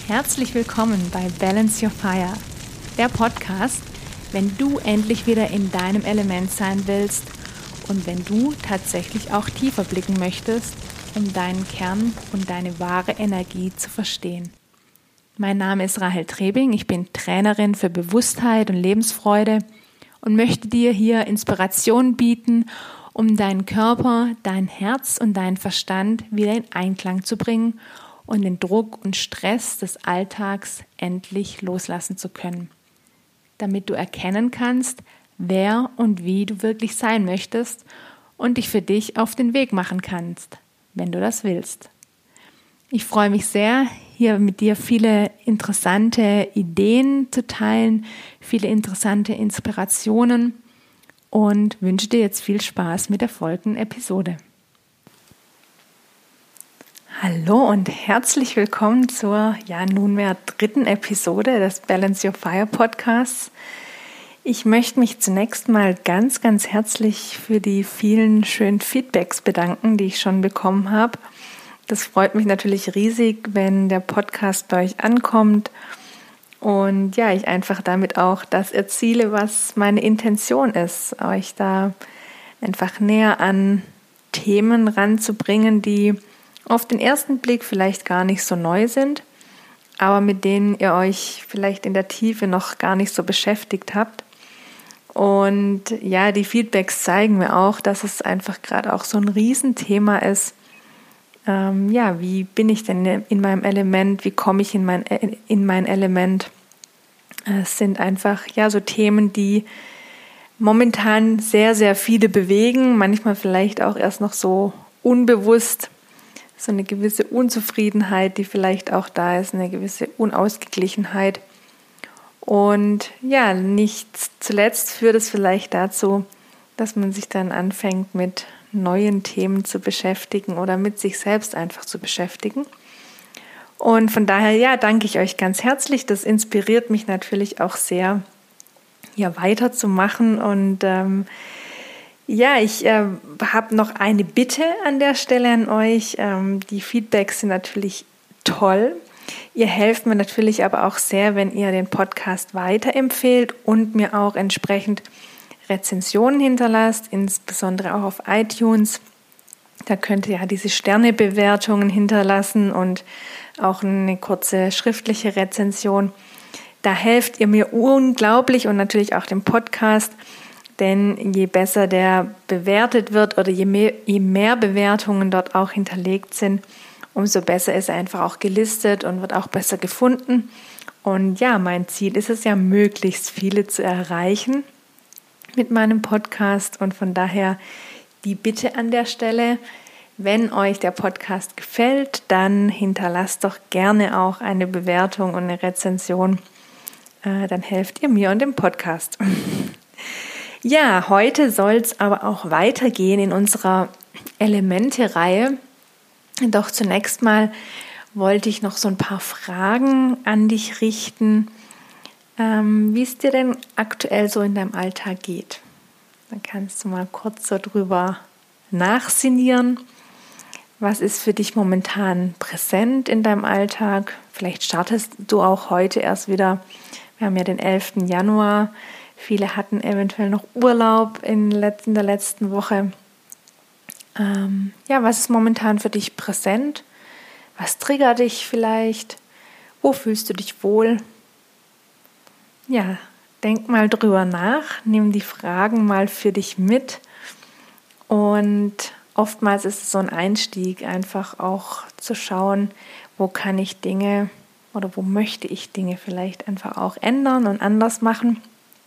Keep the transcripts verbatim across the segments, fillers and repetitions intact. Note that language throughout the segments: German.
Herzlich willkommen bei Balance Your Fire, der Podcast, wenn du endlich wieder in deinem Element sein willst und wenn du tatsächlich auch tiefer blicken möchtest, um deinen Kern und deine wahre Energie zu verstehen. Mein Name ist Rahel Trebing, ich bin Trainerin für Bewusstheit und Lebensfreude und möchte dir hier Inspiration bieten, um deinen Körper, dein Herz und deinen Verstand wieder in Einklang zu bringen und den Druck und Stress des Alltags endlich loslassen zu können, damit du erkennen kannst, wer und wie du wirklich sein möchtest und dich für dich auf den Weg machen kannst, wenn du das willst. Ich freue mich sehr, hier mit dir viele interessante Ideen zu teilen, viele interessante Inspirationen und wünsche dir jetzt viel Spaß mit der folgenden Episode. Hallo und herzlich willkommen zur ja nunmehr dritten Episode des Balance Your Fire Podcasts. Ich möchte mich zunächst mal ganz, ganz herzlich für die vielen schönen Feedbacks bedanken, die ich schon bekommen habe. Das freut mich natürlich riesig, wenn der Podcast bei euch ankommt und ja, ich einfach damit auch das erziele, was meine Intention ist, euch da einfach näher an Themen ranzubringen, die auf den ersten Blick vielleicht gar nicht so neu sind, aber mit denen ihr euch vielleicht in der Tiefe noch gar nicht so beschäftigt habt. Und ja, die Feedbacks zeigen mir auch, dass es einfach gerade auch so ein Riesenthema ist. Ähm, ja, wie bin ich denn in meinem Element? Wie komme ich in mein, in mein Element? Es sind einfach ja so Themen, die momentan sehr, sehr viele bewegen, manchmal vielleicht auch erst noch so unbewusst. So eine gewisse Unzufriedenheit, die vielleicht auch da ist, eine gewisse Unausgeglichenheit. Und ja, nicht zuletzt führt es vielleicht dazu, dass man sich dann anfängt, mit neuen Themen zu beschäftigen oder mit sich selbst einfach zu beschäftigen. Und von daher, ja, danke ich euch ganz herzlich. Das inspiriert mich natürlich auch sehr, hier weiterzumachen. Und ähm, ja, ich äh, habe noch eine Bitte an der Stelle an euch. Ähm, die Feedbacks sind natürlich toll. Ihr helft mir natürlich aber auch sehr, wenn ihr den Podcast weiterempfehlt und mir auch entsprechend Rezensionen hinterlasst, insbesondere auch auf iTunes. Da könnt ihr ja diese Sternebewertungen hinterlassen und auch eine kurze schriftliche Rezension. Da helft ihr mir unglaublich und natürlich auch dem Podcast. Denn je besser der bewertet wird oder je mehr, je mehr Bewertungen dort auch hinterlegt sind, umso besser ist er einfach auch gelistet und wird auch besser gefunden. Und ja, mein Ziel ist es ja, möglichst viele zu erreichen mit meinem Podcast. Und von daher die Bitte an der Stelle, wenn euch der Podcast gefällt, dann hinterlasst doch gerne auch eine Bewertung und eine Rezension. Äh, dann helft ihr mir und dem Podcast. Ja, heute soll es aber auch weitergehen in unserer Elemente-Reihe. Doch zunächst mal wollte ich noch so ein paar Fragen an dich richten, ähm, wie es dir denn aktuell so in deinem Alltag geht. Dann kannst du mal kurz so drüber nachsinnieren. Was ist für dich momentan präsent in deinem Alltag? Vielleicht startest du auch heute erst wieder. Wir haben ja den elften Januar. Viele hatten eventuell noch Urlaub in der letzten Woche. Ähm, ja, was ist momentan für dich präsent? Was triggert dich vielleicht? Wo fühlst du dich wohl? Ja, denk mal drüber nach, nimm die Fragen mal für dich mit. Und oftmals ist es so ein Einstieg, einfach auch zu schauen, wo kann ich Dinge oder wo möchte ich Dinge vielleicht einfach auch ändern und anders machen.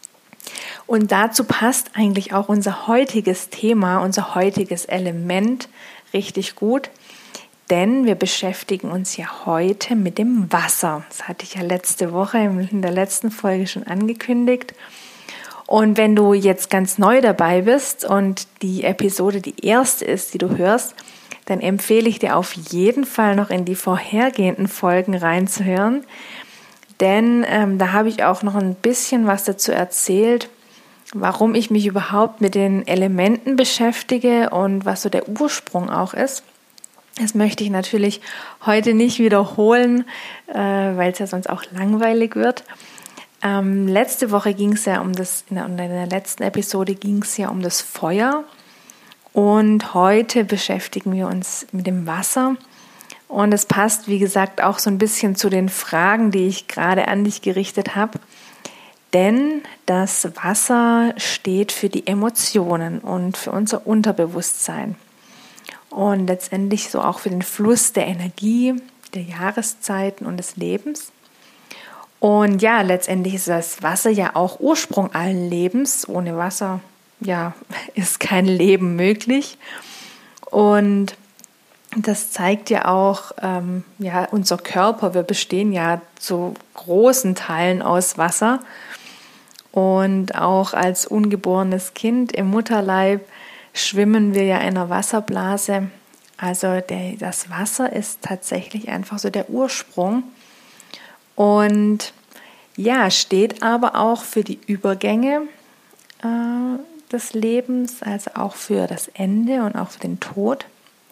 Und dazu passt eigentlich auch unser heutiges Thema, unser heutiges Element richtig gut, denn wir beschäftigen uns ja heute mit dem Wasser. Das hatte ich ja letzte Woche in der letzten Folge schon angekündigt. Und wenn du jetzt ganz neu dabei bist und die Episode die erste ist, die du hörst, dann empfehle ich dir auf jeden Fall noch in die vorhergehenden Folgen reinzuhören, denn ähm, da habe ich auch noch ein bisschen was dazu erzählt, warum ich mich überhaupt mit den Elementen beschäftige und was so der Ursprung auch ist. Das möchte ich natürlich heute nicht wiederholen, äh, weil es ja sonst auch langweilig wird. Ähm, letzte Woche ging es ja um das, in der, in der letzten Episode ging es ja um das Feuer. Und heute beschäftigen wir uns mit dem Wasser. Und es passt, wie gesagt, auch so ein bisschen zu den Fragen, die ich gerade an dich gerichtet habe. Denn das Wasser steht für die Emotionen und für unser Unterbewusstsein. Und letztendlich so auch für den Fluss der Energie, der Jahreszeiten und des Lebens. Und ja, letztendlich ist das Wasser ja auch Ursprung allen Lebens. Ohne Wasser, ja, ist kein Leben möglich. Und das zeigt ja auch, ähm, ja, unser Körper. Wir bestehen ja zu großen Teilen aus Wasser. Und auch als ungeborenes Kind im Mutterleib schwimmen wir ja in einer Wasserblase. Also der, das Wasser ist tatsächlich einfach so der Ursprung. Und ja, steht aber auch für die Übergänge äh, des Lebens, also auch für das Ende und auch für den Tod.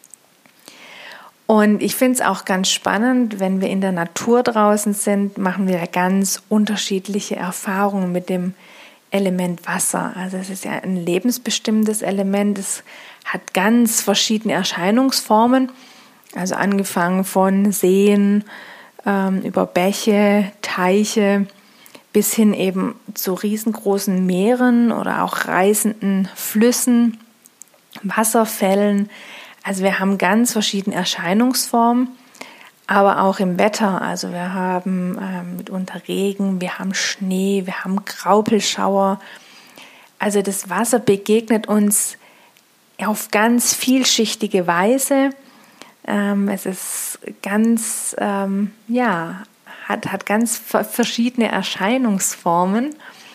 Und ich finde es auch ganz spannend, wenn wir in der Natur draußen sind, machen wir ganz unterschiedliche Erfahrungen mit dem Element Wasser. Also es ist ja ein lebensbestimmtes Element, es hat ganz verschiedene Erscheinungsformen, also angefangen von Seen, ähm, über Bäche, Teiche, bis hin eben zu riesengroßen Meeren oder auch reißenden Flüssen, Wasserfällen. Also wir haben ganz verschiedene Erscheinungsformen, aber auch im Wetter. Also wir haben äh, mitunter Regen, wir haben Schnee, wir haben Graupelschauer. Also das Wasser begegnet uns auf ganz vielschichtige Weise. Ähm, es ist ganz, ähm, ja, hat, hat ganz verschiedene Erscheinungsformen.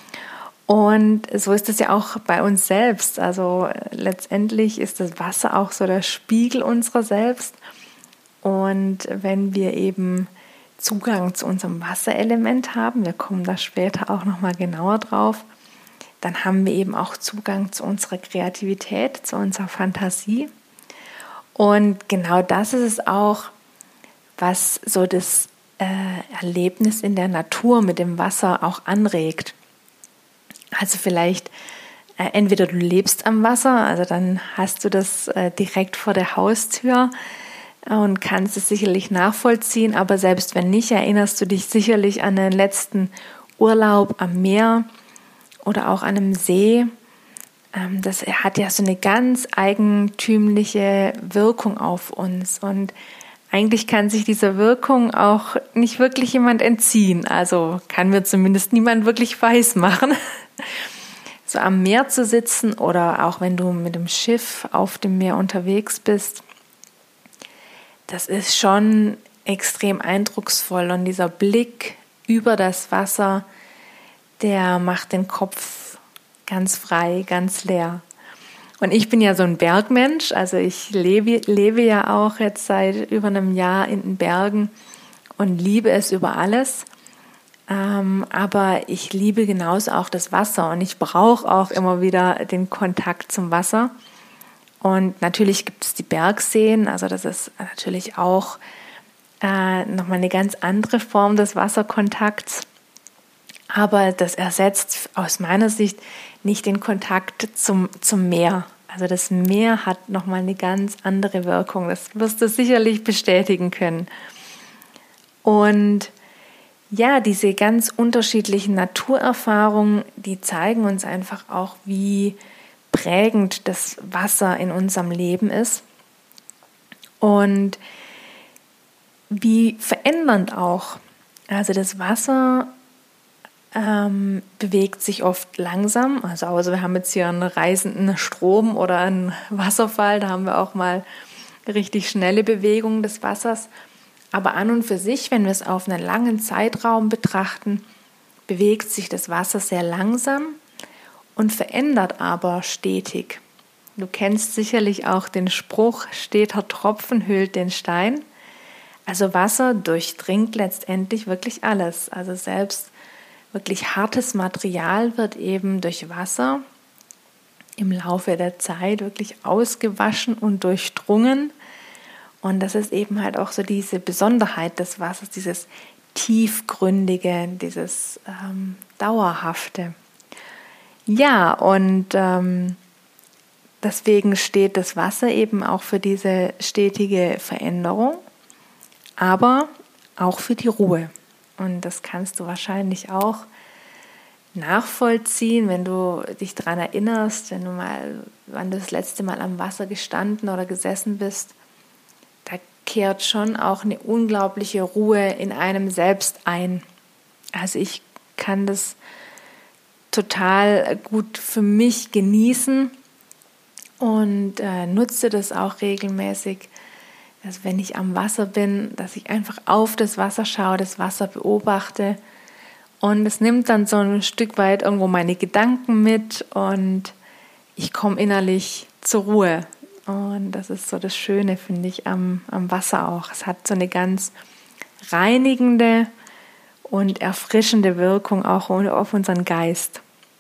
Und so ist es ja auch bei uns selbst. Also letztendlich ist das Wasser auch so der Spiegel unserer selbst. Und wenn wir eben Zugang zu unserem Wasserelement haben, wir kommen da später auch nochmal genauer drauf, dann haben wir eben auch Zugang zu unserer Kreativität, zu unserer Fantasie. Und genau das ist es auch, was so das äh, Erlebnis in der Natur mit dem Wasser auch anregt. Also vielleicht äh, entweder du lebst am Wasser, also dann hast du das äh, direkt vor der Haustür und kannst es sicherlich nachvollziehen, aber selbst wenn nicht, erinnerst du dich sicherlich an den letzten Urlaub am Meer oder auch an einem See. Ähm, das hat ja so eine ganz eigentümliche Wirkung auf uns und eigentlich kann sich dieser Wirkung auch nicht wirklich jemand entziehen. Also kann mir zumindest niemand wirklich weismachen. So am Meer zu sitzen oder auch wenn du mit dem Schiff auf dem Meer unterwegs bist, das ist schon extrem eindrucksvoll. Und dieser Blick über das Wasser, der macht den Kopf ganz frei, ganz leer. Und ich bin ja so ein Bergmensch, also ich lebe, lebe ja auch jetzt seit über einem Jahr in den Bergen und liebe es über alles. Ähm, aber ich liebe genauso auch das Wasser und ich brauche auch immer wieder den Kontakt zum Wasser. Und natürlich gibt es die Bergseen, also das ist natürlich auch äh, nochmal eine ganz andere Form des Wasserkontakts. Aber das ersetzt aus meiner Sicht nicht den Kontakt zum, zum Meer. Also das Meer hat nochmal eine ganz andere Wirkung. Das wirst du sicherlich bestätigen können. Und ja, diese ganz unterschiedlichen Naturerfahrungen, die zeigen uns einfach auch, wie prägend das Wasser in unserem Leben ist und wie verändernd auch. Also das Wasser ähm, bewegt sich oft langsam, also außer wir haben jetzt hier einen reißenden Strom oder einen Wasserfall, da haben wir auch mal richtig schnelle Bewegungen des Wassers. Aber an und für sich, wenn wir es auf einen langen Zeitraum betrachten, bewegt sich das Wasser sehr langsam und verändert aber stetig. Du kennst sicherlich auch den Spruch, steter Tropfen höhlt den Stein. Also Wasser durchdringt letztendlich wirklich alles. Also selbst wirklich hartes Material wird eben durch Wasser im Laufe der Zeit wirklich ausgewaschen und durchdrungen. Und das ist eben halt auch so diese Besonderheit des Wassers, dieses tiefgründige, dieses ähm, dauerhafte. Ja, und ähm, deswegen steht das Wasser eben auch für diese stetige Veränderung, aber auch für die Ruhe. Und das kannst du wahrscheinlich auch nachvollziehen, wenn du dich daran erinnerst, wenn du mal, wann du das letzte Mal am Wasser gestanden oder gesessen bist. Da kehrt schon auch eine unglaubliche Ruhe in einem selbst ein. Also ich kann das total gut für mich genießen und äh, nutze das auch regelmäßig, dass wenn ich am Wasser bin, dass ich einfach auf das Wasser schaue, das Wasser beobachte und es nimmt dann so ein Stück weit irgendwo meine Gedanken mit und ich komme innerlich zur Ruhe. Und das ist so das Schöne, finde ich, am, am Wasser auch. Es hat so eine ganz reinigende und erfrischende Wirkung auch auf unseren Geist.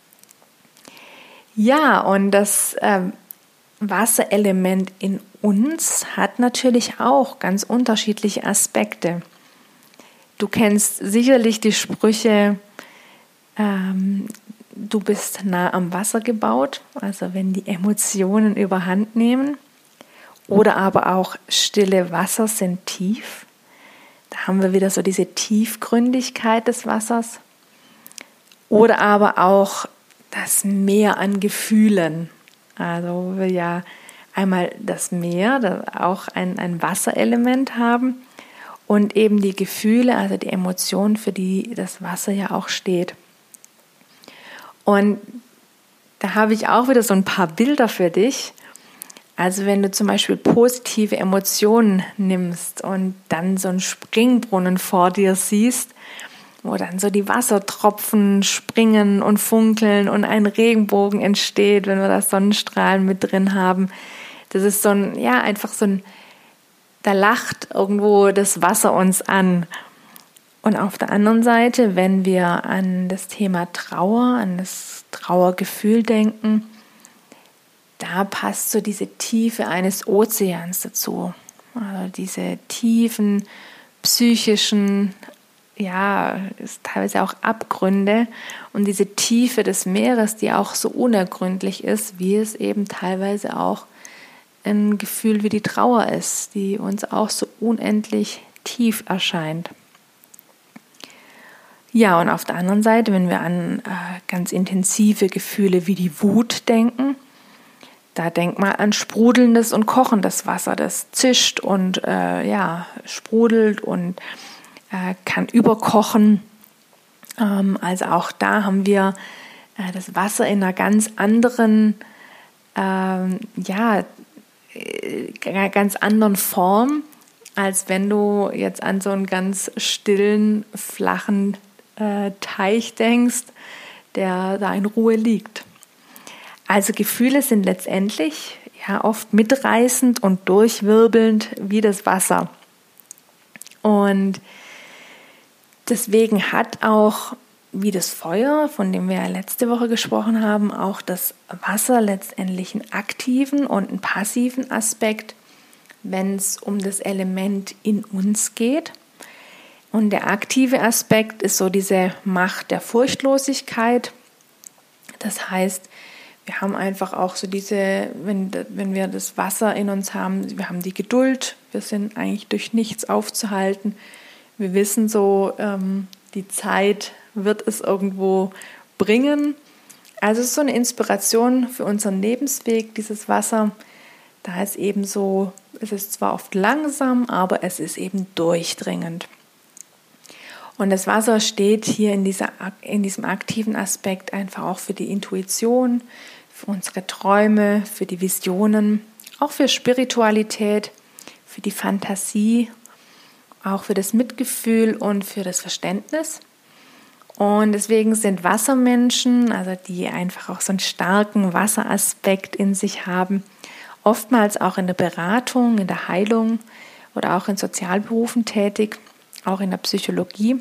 Ja, und das äh, Wasserelement in uns hat natürlich auch ganz unterschiedliche Aspekte. Du kennst sicherlich die Sprüche, ähm, du bist nah am Wasser gebaut, also wenn die Emotionen überhand nehmen. Oder aber auch stille Wasser sind tief. Da haben wir wieder so diese Tiefgründigkeit des Wassers. Oder aber auch das Meer an Gefühlen. Also wo wir ja einmal das Meer, das auch ein, ein Wasserelement haben und eben die Gefühle, also die Emotionen, für die das Wasser ja auch steht. Und da habe ich auch wieder so ein paar Bilder für dich. Also wenn du zum Beispiel positive Emotionen nimmst und dann so einen Springbrunnen vor dir siehst, wo dann so die Wassertropfen springen und funkeln und ein Regenbogen entsteht, wenn wir da Sonnenstrahlen mit drin haben. Das ist so ein, ja, einfach so ein, da lacht irgendwo das Wasser uns an. Und auf der anderen Seite, wenn wir an das Thema Trauer, an das Trauergefühl denken, da passt so diese Tiefe eines Ozeans dazu. Also diese tiefen, psychischen, ja, ist teilweise auch Abgründe und diese Tiefe des Meeres, die auch so unergründlich ist, wie es eben teilweise auch ein Gefühl wie die Trauer ist, die uns auch so unendlich tief erscheint. Ja, und auf der anderen Seite, wenn wir an äh, ganz intensive Gefühle wie die Wut denken, da denk mal an sprudelndes und kochendes Wasser, das zischt und äh, ja, sprudelt und äh, kann überkochen. Ähm, also auch da haben wir äh, das Wasser in einer ganz anderen, ähm, ja, äh, ganz anderen Form, als wenn du jetzt an so einen ganz stillen, flachen äh, Teich denkst, der da in Ruhe liegt. Also Gefühle sind letztendlich ja oft mitreißend und durchwirbelnd wie das Wasser. Und deswegen hat auch, wie das Feuer, von dem wir ja letzte Woche gesprochen haben, auch das Wasser letztendlich einen aktiven und einen passiven Aspekt, wenn es um das Element in uns geht. Und der aktive Aspekt ist so diese Macht der Furchtlosigkeit. Das heißt, wir haben einfach auch so diese, wenn, wenn wir das Wasser in uns haben, wir haben die Geduld, wir sind eigentlich durch nichts aufzuhalten. Wir wissen so, ähm, die Zeit wird es irgendwo bringen. Also es ist so eine Inspiration für unseren Lebensweg, dieses Wasser. Da ist eben so, es ist zwar oft langsam, aber es ist eben durchdringend. Und das Wasser steht hier in, dieser, in diesem aktiven Aspekt einfach auch für die Intuition, für unsere Träume, für die Visionen, auch für Spiritualität, für die Fantasie, auch für das Mitgefühl und für das Verständnis. Und deswegen sind Wassermenschen, also die einfach auch so einen starken Wasseraspekt in sich haben, oftmals auch in der Beratung, in der Heilung oder auch in Sozialberufen tätig, auch in der Psychologie.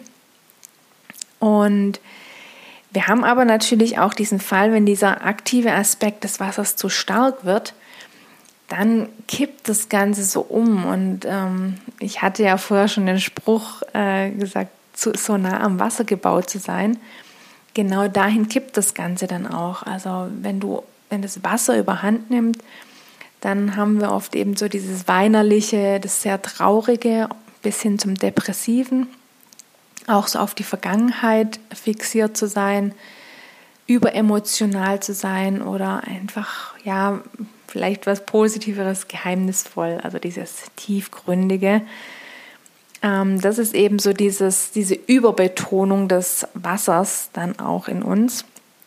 Und wir haben aber natürlich auch diesen Fall, wenn dieser aktive Aspekt des Wassers zu stark wird, dann kippt das Ganze so um. Und ähm, ich hatte ja vorher schon den Spruch äh, gesagt, zu, so nah am Wasser gebaut zu sein. Genau dahin kippt das Ganze dann auch. Also wenn du, wenn das Wasser überhand nimmt, dann haben wir oft eben so dieses Weinerliche, das sehr Traurige bis hin zum Depressiven. Auch so auf die Vergangenheit fixiert zu sein, überemotional zu sein oder einfach, ja, vielleicht was Positiveres, geheimnisvoll, also dieses Tiefgründige. Ähm, das ist eben so dieses, diese Überbetonung des Wassers dann auch in uns.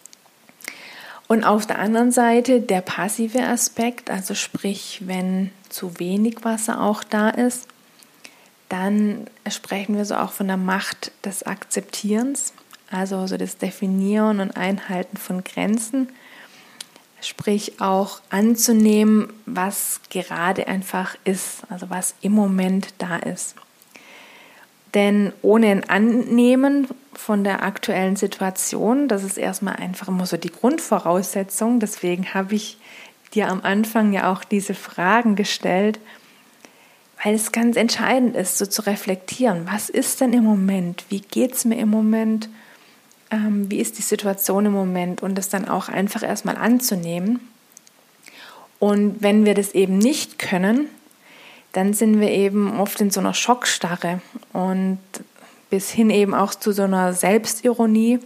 Und auf der anderen Seite der passive Aspekt, also sprich, wenn zu wenig Wasser auch da ist, dann sprechen wir so auch von der Macht des Akzeptierens, also so das Definieren und Einhalten von Grenzen, sprich auch anzunehmen, was gerade einfach ist, also was im Moment da ist. Denn ohne ein Annehmen von der aktuellen Situation, das ist erstmal einfach immer so die Grundvoraussetzung, deswegen habe ich dir am Anfang ja auch diese Fragen gestellt, weil es ganz entscheidend ist, so zu reflektieren, was ist denn im Moment, wie geht es mir im Moment, ähm, wie ist die Situation im Moment und das dann auch einfach erstmal anzunehmen. Und wenn wir das eben nicht können, dann sind wir eben oft in so einer Schockstarre und bis hin eben auch zu so einer Selbstironie.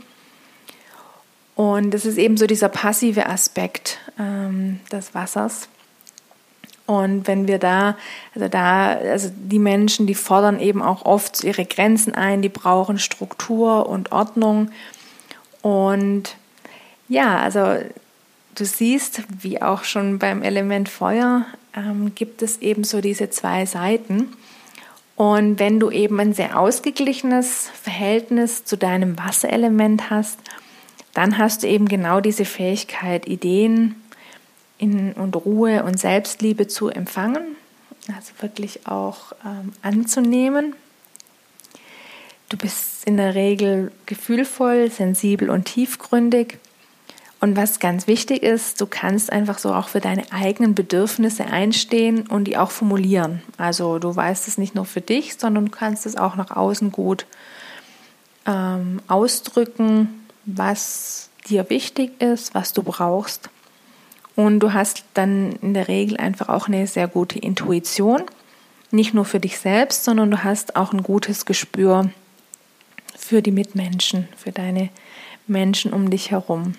Und das ist eben so dieser passive Aspekt ähm, des Wassers. Und wenn wir da, also da, also die Menschen, die fordern eben auch oft ihre Grenzen ein, die brauchen Struktur und Ordnung. Und ja, also du siehst, wie auch schon beim Element Feuer, ähm, gibt es eben so diese zwei Seiten. Und wenn du eben ein sehr ausgeglichenes Verhältnis zu deinem Wasserelement hast, dann hast du eben genau diese Fähigkeit, Ideen in und Ruhe und Selbstliebe zu empfangen, also wirklich auch ähm, anzunehmen. Du bist in der Regel gefühlvoll, sensibel und tiefgründig. Und was ganz wichtig ist, du kannst einfach so auch für deine eigenen Bedürfnisse einstehen und die auch formulieren. Also du weißt es nicht nur für dich, sondern du kannst es auch nach außen gut ähm, ausdrücken, was dir wichtig ist, was du brauchst. Und du hast dann in der Regel einfach auch eine sehr gute Intuition, nicht nur für dich selbst, sondern du hast auch ein gutes Gespür für die Mitmenschen, für deine Menschen um dich herum.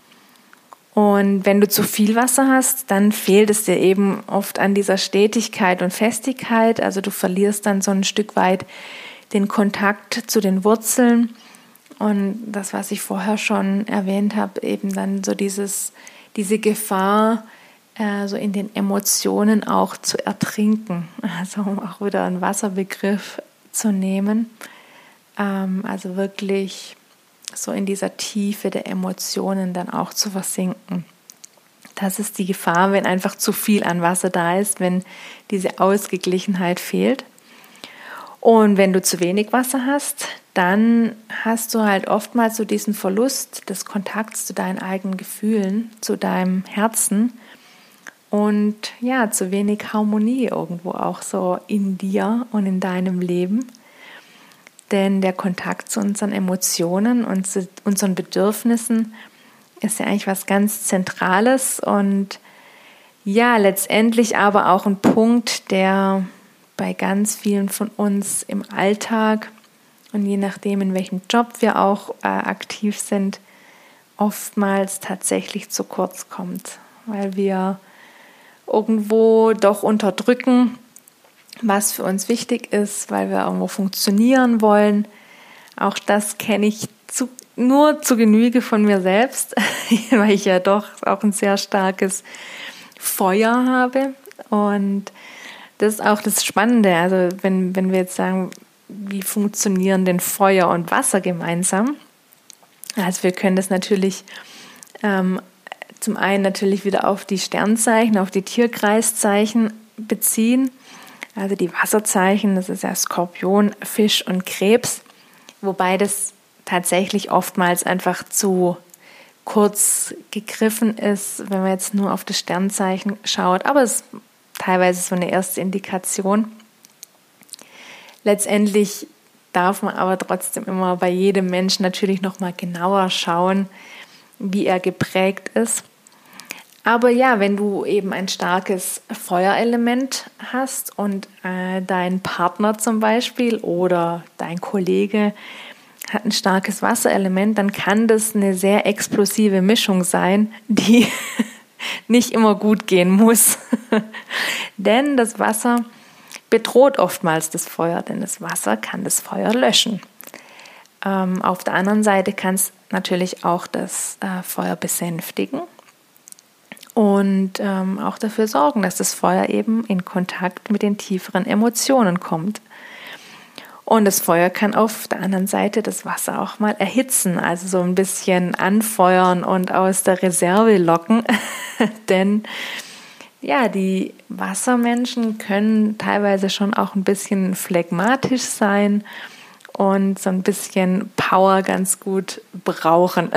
Und wenn du zu viel Wasser hast, dann fehlt es dir eben oft an dieser Stetigkeit und Festigkeit. Also du verlierst dann so ein Stück weit den Kontakt zu den Wurzeln. Und das, was ich vorher schon erwähnt habe, eben dann so dieses, diese Gefahr, äh, so in den Emotionen auch zu ertrinken. Also um auch wieder einen Wasserbegriff zu nehmen. Ähm, also wirklich so in dieser Tiefe der Emotionen dann auch zu versinken. Das ist die Gefahr, wenn einfach zu viel an Wasser da ist, wenn diese Ausgeglichenheit fehlt. Und wenn du zu wenig Wasser hast, dann hast du halt oftmals so diesen Verlust des Kontakts zu deinen eigenen Gefühlen, zu deinem Herzen und ja, zu wenig Harmonie irgendwo auch so in dir und in deinem Leben. Denn der Kontakt zu unseren Emotionen und zu unseren Bedürfnissen ist ja eigentlich was ganz Zentrales und ja, letztendlich aber auch ein Punkt, der bei ganz vielen von uns im Alltag und je nachdem, in welchem Job wir auch äh, aktiv sind, oftmals tatsächlich zu kurz kommt, weil wir irgendwo doch unterdrücken, was für uns wichtig ist, weil wir irgendwo funktionieren wollen. Auch das kenne ich zu, nur zu Genüge von mir selbst, weil ich ja doch auch ein sehr starkes Feuer habe. Und das ist auch das Spannende. Also wenn, wenn wir jetzt sagen, wie funktionieren denn Feuer und Wasser gemeinsam? Also wir können das natürlich ähm, zum einen natürlich wieder auf die Sternzeichen, auf die Tierkreiszeichen beziehen. Also die Wasserzeichen, das ist ja Skorpion, Fisch und Krebs, wobei das tatsächlich oftmals einfach zu kurz gegriffen ist, wenn man jetzt nur auf das Sternzeichen schaut. Aber es teilweise so eine erste Indikation. Letztendlich darf man aber trotzdem immer bei jedem Menschen natürlich nochmal genauer schauen, wie er geprägt ist. Aber ja, wenn du eben ein starkes Feuerelement hast und äh, dein Partner zum Beispiel oder dein Kollege hat ein starkes Wasserelement, dann kann das eine sehr explosive Mischung sein, die nicht immer gut gehen muss. Denn das Wasser bedroht oftmals das Feuer, denn das Wasser kann das Feuer löschen. Ähm, auf der anderen Seite kann es natürlich auch das äh, Feuer besänftigen und ähm, auch dafür sorgen, dass das Feuer eben in Kontakt mit den tieferen Emotionen kommt. Und das Feuer kann auf der anderen Seite das Wasser auch mal erhitzen, also so ein bisschen anfeuern und aus der Reserve locken. Denn ja, die Wassermenschen können teilweise schon auch ein bisschen phlegmatisch sein und so ein bisschen Power ganz gut brauchen.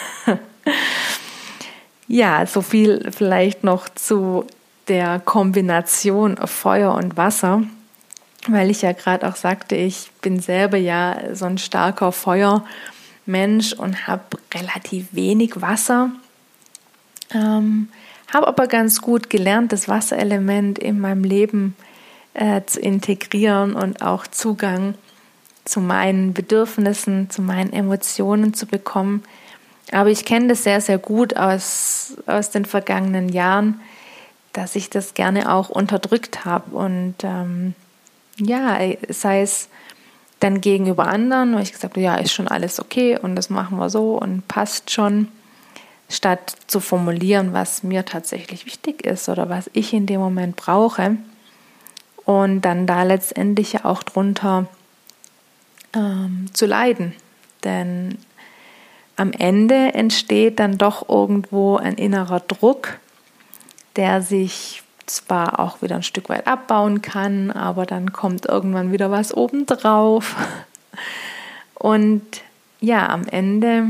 Ja, so viel vielleicht noch zu der Kombination Feuer und Wasser. Weil ich ja gerade auch sagte, ich bin selber ja so ein starker Feuermensch und habe relativ wenig Wasser, ähm, habe aber ganz gut gelernt, das Wasserelement in meinem Leben äh, zu integrieren und auch Zugang zu meinen Bedürfnissen, zu meinen Emotionen zu bekommen. Aber ich kenne das sehr, sehr gut aus, aus den vergangenen Jahren, dass ich das gerne auch unterdrückt habe und ähm, ja, sei es dann gegenüber anderen, wo ich gesagt habe, ja, ist schon alles okay und das machen wir so und passt schon, statt zu formulieren, was mir tatsächlich wichtig ist oder was ich in dem Moment brauche und dann da letztendlich ja auch drunter ähm, zu leiden. Denn am Ende entsteht dann doch irgendwo ein innerer Druck, der sich zwar auch wieder ein Stück weit abbauen kann, aber dann kommt irgendwann wieder was obendrauf. Und ja, am Ende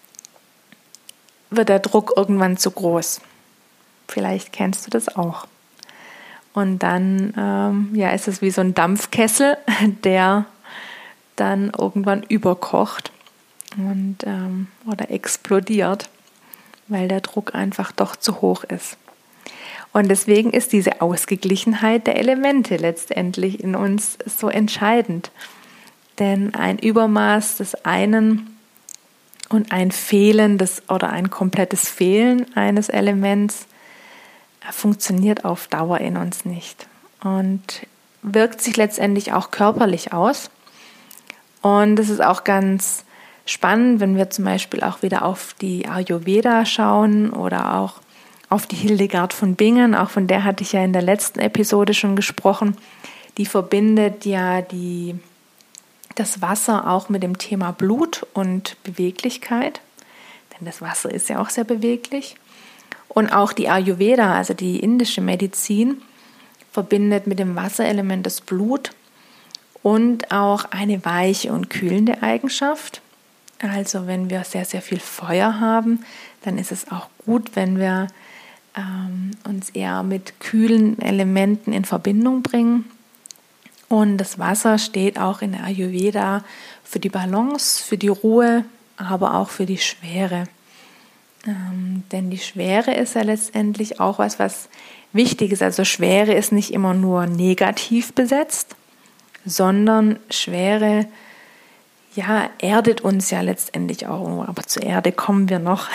wird der Druck irgendwann zu groß. Vielleicht kennst du das auch. Und dann ähm, ja, ist es wie so ein Dampfkessel, der dann irgendwann überkocht und, ähm, oder explodiert, weil der Druck einfach doch zu hoch ist. Und deswegen ist diese Ausgeglichenheit der Elemente letztendlich in uns so entscheidend. Denn ein Übermaß des einen und ein Fehlen des, oder ein komplettes Fehlen eines Elements funktioniert auf Dauer in uns nicht und wirkt sich letztendlich auch körperlich aus. Und das ist auch ganz spannend, wenn wir zum Beispiel auch wieder auf die Ayurveda schauen oder auch auf die Hildegard von Bingen, auch von der hatte ich ja in der letzten Episode schon gesprochen. Die verbindet ja die, das Wasser auch mit dem Thema Blut und Beweglichkeit, denn das Wasser ist ja auch sehr beweglich. Und auch die Ayurveda, also die indische Medizin, verbindet mit dem Wasserelement das Blut und auch eine weiche und kühlende Eigenschaft. Also wenn wir sehr, sehr viel Feuer haben, dann ist es auch gut, wenn wir ähm, uns eher mit kühlen Elementen in Verbindung bringen. Und das Wasser steht auch in der Ayurveda für die Balance, für die Ruhe, aber auch für die Schwere. Ähm, denn die Schwere ist ja letztendlich auch was, was wichtig ist. Also Schwere ist nicht immer nur negativ besetzt, sondern Schwere ja, erdet uns ja letztendlich auch, aber zur Erde kommen wir noch.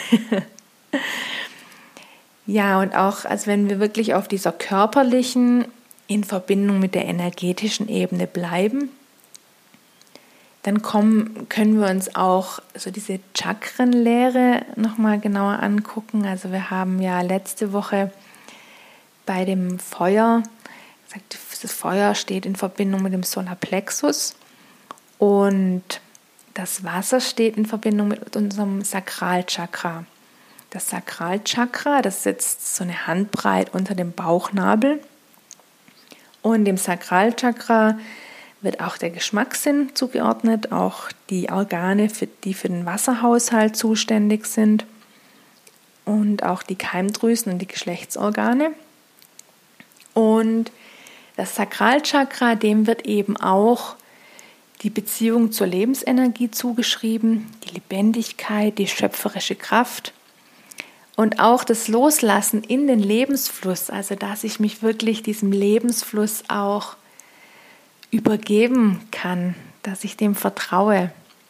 Ja, und auch, als wenn wir wirklich auf dieser körperlichen in Verbindung mit der energetischen Ebene bleiben, dann kommen, können wir uns auch so diese Chakrenlehre nochmal genauer angucken. Also wir haben ja letzte Woche bei dem Feuer gesagt, das Feuer steht in Verbindung mit dem Solarplexus. Und das Wasser steht in Verbindung mit unserem Sakralchakra. Das Sakralchakra, das sitzt so eine Handbreit unter dem Bauchnabel. Und dem Sakralchakra wird auch der Geschmackssinn zugeordnet, auch die Organe, für, die für den Wasserhaushalt zuständig sind und auch die Keimdrüsen und die Geschlechtsorgane. Und das Sakralchakra, dem wird eben auch die Beziehung zur Lebensenergie zugeschrieben, die Lebendigkeit, die schöpferische Kraft und auch das Loslassen in den Lebensfluss, also dass ich mich wirklich diesem Lebensfluss auch übergeben kann, dass ich dem vertraue.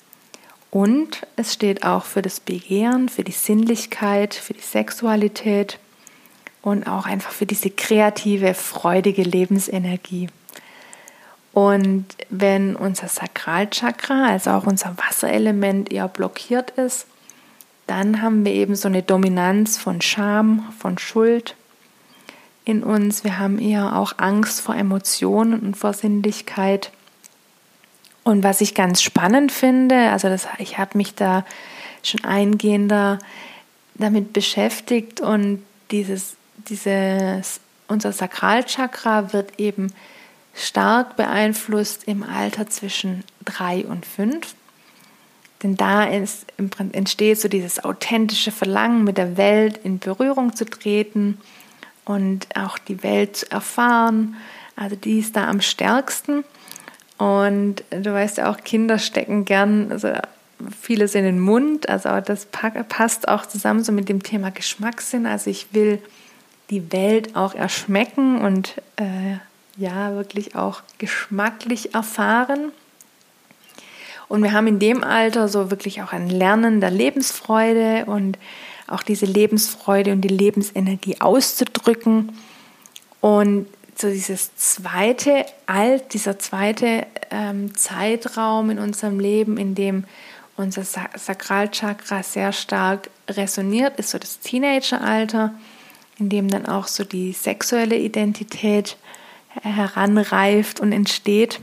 Und es steht auch für das Begehren, für die Sinnlichkeit, für die Sexualität und auch einfach für diese kreative, freudige Lebensenergie. Und wenn unser Sakralchakra, also auch unser Wasserelement, eher blockiert ist, dann haben wir eben so eine Dominanz von Scham, von Schuld in uns. Wir haben eher auch Angst vor Emotionen und vor Sinnlichkeit. Und was ich ganz spannend finde, also das, ich habe mich da schon eingehender damit beschäftigt und dieses, dieses, unser Sakralchakra wird eben stark beeinflusst im Alter zwischen drei und fünf. Denn da ist, entsteht so dieses authentische Verlangen, mit der Welt in Berührung zu treten und auch die Welt zu erfahren. Also die ist da am stärksten. Und du weißt ja auch, Kinder stecken gern also vieles in den Mund. Also das passt auch zusammen so mit dem Thema Geschmackssinn. Also ich will die Welt auch erschmecken und äh, ja, wirklich auch geschmacklich erfahren. Und wir haben in dem Alter so wirklich auch ein Lernen der Lebensfreude und auch diese Lebensfreude und die Lebensenergie auszudrücken. Und so dieses zweite Alt, dieser zweite ähm, Zeitraum in unserem Leben, in dem unser Sakralchakra sehr stark resoniert, ist so das Teenageralter, in dem dann auch so die sexuelle Identität heranreift und entsteht.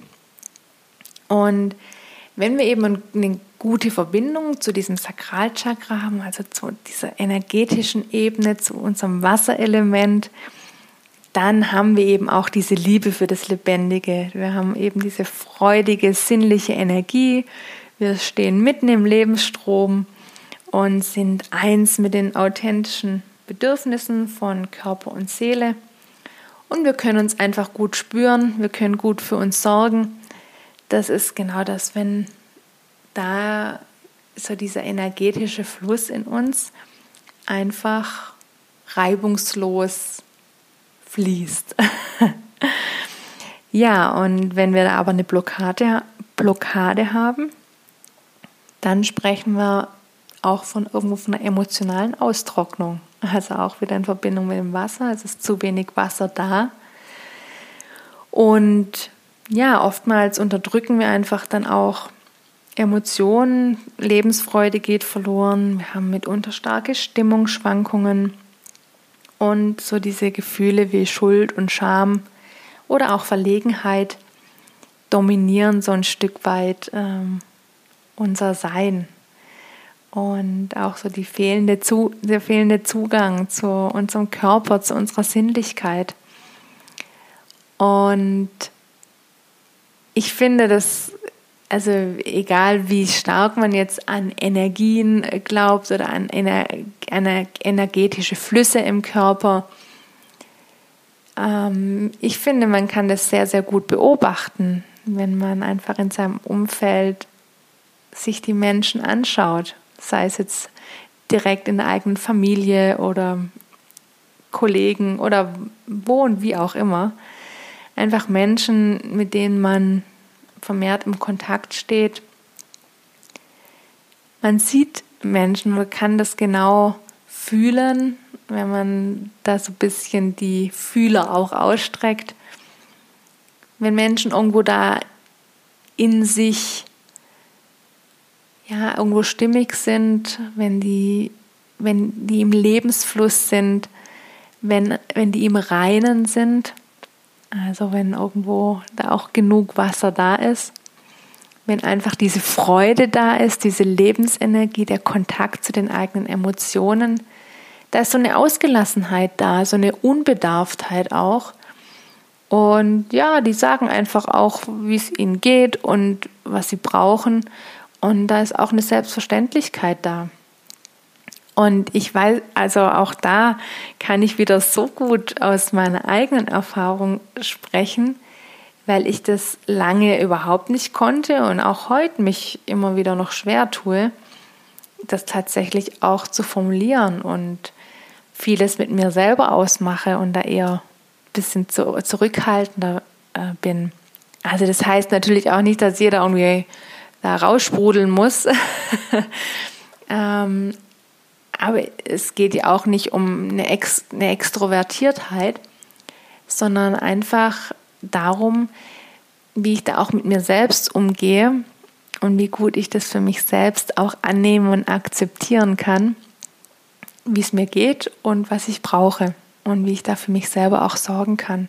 Und wenn wir eben eine gute Verbindung zu diesem Sakralchakra haben, also zu dieser energetischen Ebene, zu unserem Wasserelement, dann haben wir eben auch diese Liebe für das Lebendige. Wir haben eben diese freudige, sinnliche Energie. Wir stehen mitten im Lebensstrom und sind eins mit den authentischen Bedürfnissen von Körper und Seele. Und wir können uns einfach gut spüren, wir können gut für uns sorgen. Das ist genau das, wenn da so dieser energetische Fluss in uns einfach reibungslos fließt. Ja, und wenn wir da aber eine Blockade, Blockade haben, dann sprechen wir auch von irgendwo von einer emotionalen Austrocknung. Also auch wieder in Verbindung mit dem Wasser. Es ist zu wenig Wasser da. Und ja, oftmals unterdrücken wir einfach dann auch Emotionen. Lebensfreude geht verloren. Wir haben mitunter starke Stimmungsschwankungen. Und so diese Gefühle wie Schuld und Scham oder auch Verlegenheit dominieren so ein Stück weit ähm, unser Sein. Und auch so die fehlende Zu- der fehlende Zugang zu unserem Körper, zu unserer Sinnlichkeit. Und ich finde, dass, also egal wie stark man jetzt an Energien glaubt oder an ener- ener- energetische Flüsse im Körper, ähm, ich finde, man kann das sehr, sehr gut beobachten, wenn man einfach in seinem Umfeld sich die Menschen anschaut. Sei es jetzt direkt in der eigenen Familie oder Kollegen oder wo und wie auch immer. Einfach Menschen, mit denen man vermehrt im Kontakt steht. Man sieht Menschen oder kann das genau fühlen, wenn man da so ein bisschen die Fühler auch ausstreckt. Wenn Menschen irgendwo da in sich ja, irgendwo stimmig sind, wenn die, wenn die im Lebensfluss sind, wenn, wenn die im Reinen sind, also wenn irgendwo da auch genug Wasser da ist, wenn einfach diese Freude da ist, diese Lebensenergie, der Kontakt zu den eigenen Emotionen, da ist so eine Ausgelassenheit da, so eine Unbedarftheit auch. Und ja, die sagen einfach auch, wie es ihnen geht und was sie brauchen. Und da ist auch eine Selbstverständlichkeit da. Und ich weiß, also auch da kann ich wieder so gut aus meiner eigenen Erfahrung sprechen, weil ich das lange überhaupt nicht konnte und auch heute mich immer wieder noch schwer tue, das tatsächlich auch zu formulieren und vieles mit mir selber ausmache und da eher ein bisschen zu, zurückhaltender äh, bin. Also das heißt natürlich auch nicht, dass jeder irgendwie da raussprudeln muss. ähm, aber es geht ja auch nicht um eine, Ex- eine Extrovertiertheit, sondern einfach darum, wie ich da auch mit mir selbst umgehe und wie gut ich das für mich selbst auch annehmen und akzeptieren kann, wie es mir geht und was ich brauche und wie ich da für mich selber auch sorgen kann.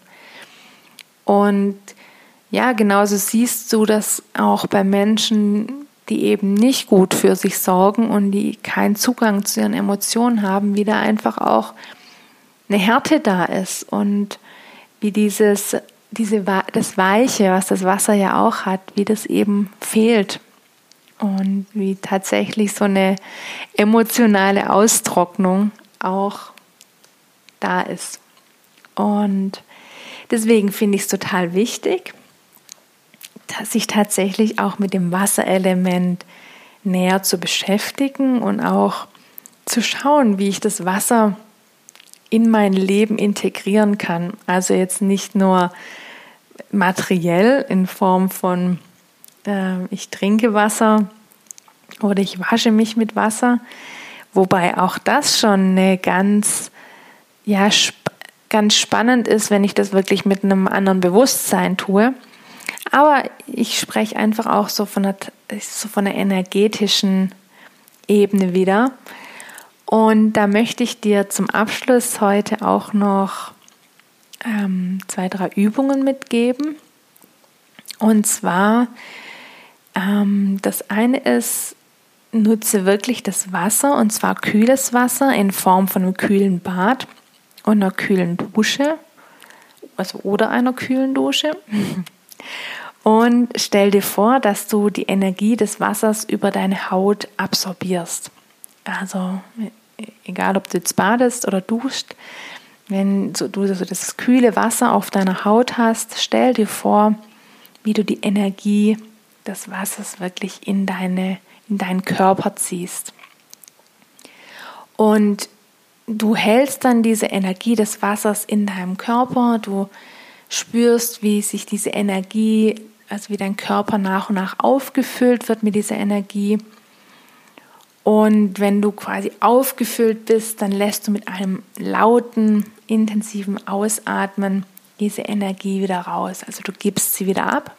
Und ja, genauso siehst du das auch bei Menschen, die eben nicht gut für sich sorgen und die keinen Zugang zu ihren Emotionen haben, wie da einfach auch eine Härte da ist und wie dieses, diese, das Weiche, was das Wasser ja auch hat, wie das eben fehlt und wie tatsächlich so eine emotionale Austrocknung auch da ist. Und deswegen finde ich es total wichtig, sich tatsächlich auch mit dem Wasserelement näher zu beschäftigen und auch zu schauen, wie ich das Wasser in mein Leben integrieren kann. Also jetzt nicht nur materiell in Form von äh, ich trinke Wasser oder ich wasche mich mit Wasser, wobei auch das schon eine ganz, ja, sp- ganz spannend ist, wenn ich das wirklich mit einem anderen Bewusstsein tue. Aber ich spreche einfach auch so von einer, so von einer energetischen Ebene wieder. Und da möchte ich dir zum Abschluss heute auch noch ähm, zwei, drei Übungen mitgeben. Und zwar, ähm, das eine ist, nutze wirklich das Wasser, und zwar kühles Wasser in Form von einem kühlen Bad und einer kühlen Dusche, also oder einer kühlen Dusche. Und stell dir vor, dass du die Energie des Wassers über deine Haut absorbierst. Also egal, ob du jetzt badest oder duschst, wenn du so das kühle Wasser auf deiner Haut hast, stell dir vor, wie du die Energie des Wassers wirklich in, deine, in deinen Körper ziehst. Und du hältst dann diese Energie des Wassers in deinem Körper, du spürst, wie sich diese Energie, also wie dein Körper nach und nach aufgefüllt wird mit dieser Energie. Und wenn du quasi aufgefüllt bist, dann lässt du mit einem lauten, intensiven Ausatmen diese Energie wieder raus. Also du gibst sie wieder ab.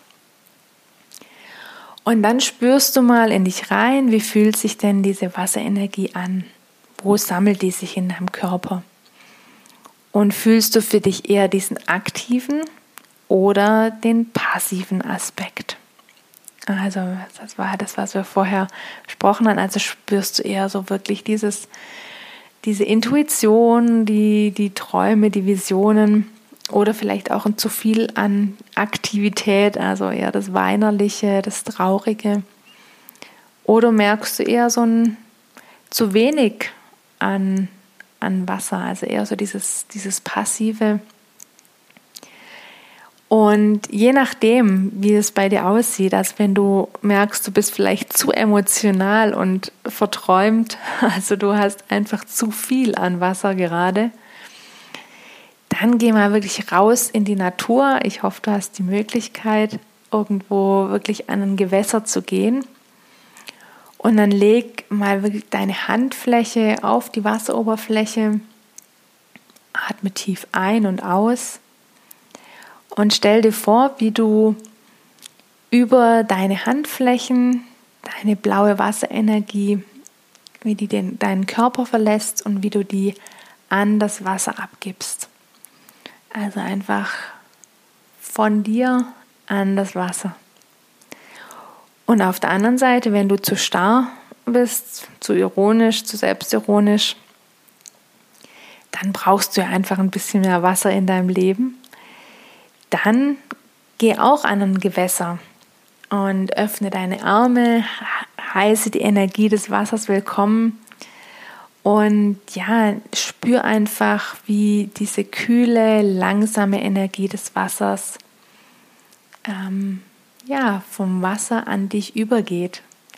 Und dann spürst du mal in dich rein, wie fühlt sich denn diese Wasserenergie an? Wo sammelt die sich in deinem Körper? Und fühlst du für dich eher diesen aktiven oder den passiven Aspekt? Also das war das, was wir vorher besprochen haben. Also spürst du eher so wirklich dieses, diese Intuition, die, die Träume, die Visionen oder vielleicht auch ein zu viel an Aktivität, also eher das Weinerliche, das Traurige. Oder merkst du eher so ein zu wenig an, an Wasser, also eher so dieses, dieses Passive. Und je nachdem, wie es bei dir aussieht, also wenn du merkst, du bist vielleicht zu emotional und verträumt, also du hast einfach zu viel an Wasser gerade, dann geh mal wirklich raus in die Natur. Ich hoffe, du hast die Möglichkeit, irgendwo wirklich an ein Gewässer zu gehen. Und dann leg mal wirklich deine Handfläche auf die Wasseroberfläche, atme tief ein und aus. Und stell dir vor, wie du über deine Handflächen, deine blaue Wasserenergie, wie die den, deinen Körper verlässt und wie du die an das Wasser abgibst. Also einfach von dir an das Wasser. Und auf der anderen Seite, wenn du zu starr bist, zu ironisch, zu selbstironisch, dann brauchst du ja einfach ein bisschen mehr Wasser in deinem Leben. Dann geh auch an ein Gewässer und öffne deine Arme, heiße die Energie des Wassers willkommen Und ja, spür einfach, wie diese kühle, langsame Energie des Wassers ähm, ja, vom Wasser an dich übergeht.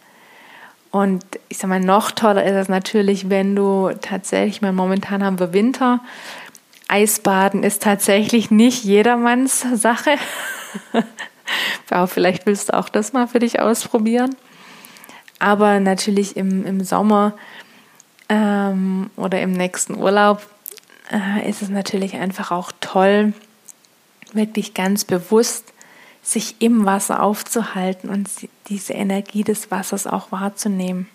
Und ich sag mal, noch toller ist es natürlich, wenn du tatsächlich, mal momentan haben wir Winter, Eisbaden ist tatsächlich nicht jedermanns Sache. Ja, vielleicht willst du auch das mal für dich ausprobieren. Aber natürlich im, im Sommer ähm, oder im nächsten Urlaub äh, ist es natürlich einfach auch toll, wirklich ganz bewusst sich im Wasser aufzuhalten und diese Energie des Wassers auch wahrzunehmen.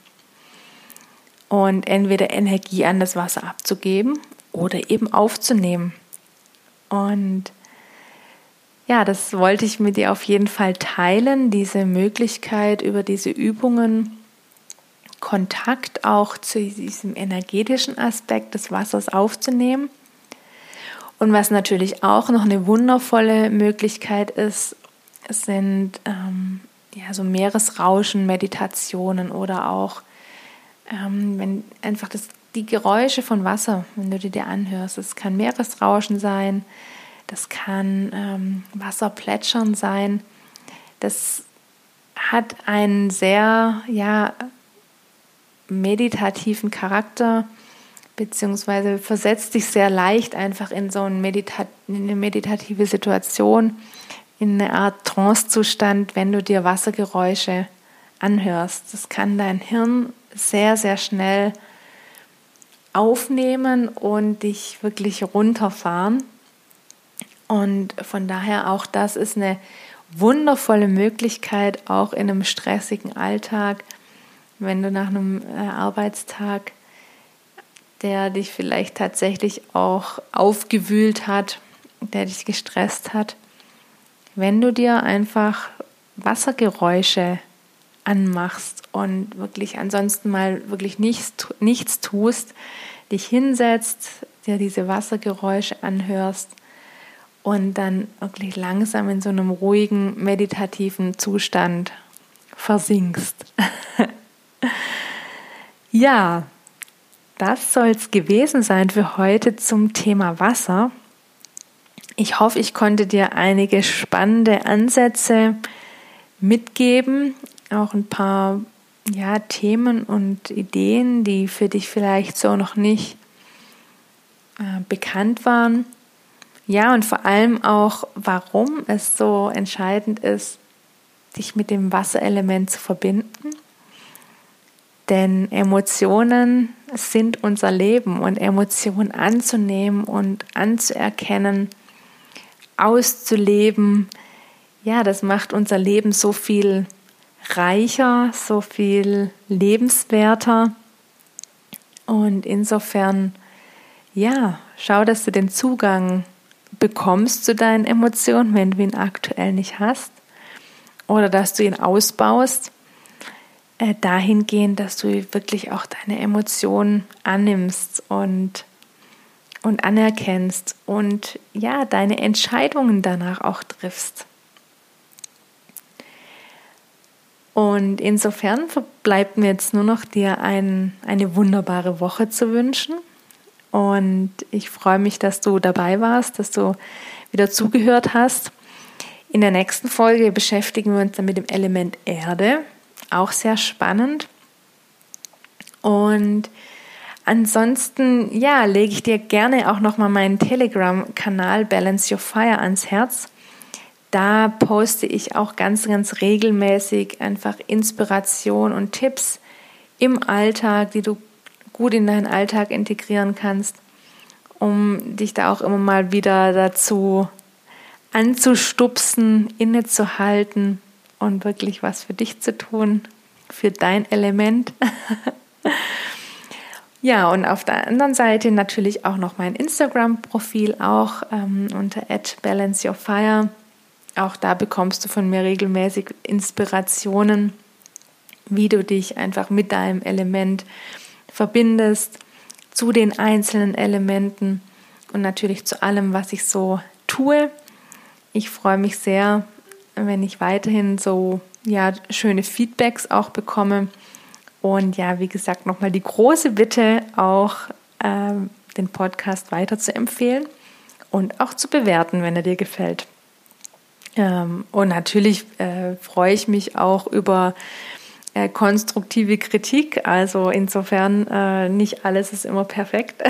Und entweder Energie an das Wasser abzugeben oder eben aufzunehmen. Und ja, das wollte ich mit dir auf jeden Fall teilen, diese Möglichkeit über diese Übungen, Kontakt auch zu diesem energetischen Aspekt des Wassers aufzunehmen. Und was natürlich auch noch eine wundervolle Möglichkeit ist, sind ähm, ja, so Meeresrauschen, Meditationen oder auch ähm, wenn einfach das, die Geräusche von Wasser, wenn du die dir anhörst. Es kann Meeresrauschen sein, das kann ähm, Wasserplätschern sein. Das hat einen sehr ja, meditativen Charakter, beziehungsweise versetzt dich sehr leicht einfach in so eine, Medita- in eine meditative Situation, in eine Art Trance-Zustand, wenn du dir Wassergeräusche anhörst. Das kann dein Hirn sehr, sehr schnell aufnehmen und dich wirklich runterfahren. Und von daher auch das ist eine wundervolle Möglichkeit, auch in einem stressigen Alltag, wenn du nach einem Arbeitstag, der dich vielleicht tatsächlich auch aufgewühlt hat, der dich gestresst hat, wenn du dir einfach Wassergeräusche anmachst und wirklich ansonsten mal wirklich nichts, nichts tust, dich hinsetzt, dir diese Wassergeräusche anhörst und dann wirklich langsam in so einem ruhigen, meditativen Zustand versinkst. Ja, das soll es gewesen sein für heute zum Thema Wasser. Ich hoffe, ich konnte dir einige spannende Ansätze mitgeben, auch ein paar ja, Themen und Ideen, die für dich vielleicht so noch nicht äh, bekannt waren. Ja, und vor allem auch, warum es so entscheidend ist, dich mit dem Wasserelement zu verbinden. Denn Emotionen sind unser Leben und Emotionen anzunehmen und anzuerkennen, auszuleben, ja, das macht unser Leben so viel reicher, so viel lebenswerter. Und insofern, ja, schau, dass du den Zugang bekommst zu deinen Emotionen, wenn du ihn aktuell nicht hast. Oder dass du ihn ausbaust, äh, dahingehend, dass du wirklich auch deine Emotionen annimmst und und anerkennst und ja, deine Entscheidungen danach auch triffst. Und insofern bleibt mir jetzt nur noch dir ein, eine wunderbare Woche zu wünschen. Und ich freue mich, dass du dabei warst, dass du wieder zugehört hast. In der nächsten Folge beschäftigen wir uns dann mit dem Element Erde. Auch sehr spannend. Und ansonsten, ja, lege ich dir gerne auch nochmal meinen Telegram-Kanal Balance Your Fire ans Herz. Da poste ich auch ganz, ganz regelmäßig einfach Inspiration und Tipps im Alltag, die du gut in deinen Alltag integrieren kannst, um dich da auch immer mal wieder dazu anzustupsen, innezuhalten und wirklich was für dich zu tun, für dein Element. Ja, und auf der anderen Seite natürlich auch noch mein Instagram-Profil, auch ähm, unter at balance your fire. Auch da bekommst du von mir regelmäßig Inspirationen, wie du dich einfach mit deinem Element verbindest, zu den einzelnen Elementen und natürlich zu allem, was ich so tue. Ich freue mich sehr, wenn ich weiterhin so ja, schöne Feedbacks auch bekomme Und ja, wie gesagt, nochmal die große Bitte, auch ähm, den Podcast weiter zu empfehlen und auch zu bewerten, wenn er dir gefällt. Ähm, und natürlich äh, freue ich mich auch über äh, konstruktive Kritik. Also insofern, äh, nicht alles ist immer perfekt.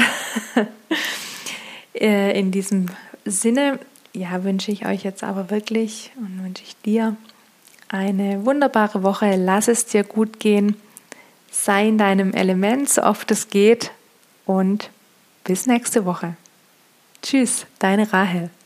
äh, in diesem Sinne, ja, wünsche ich euch jetzt aber wirklich und wünsche ich dir eine wunderbare Woche. Lass es dir gut gehen. Sei in deinem Element, so oft es geht. Und bis nächste Woche. Tschüss, deine Rahel.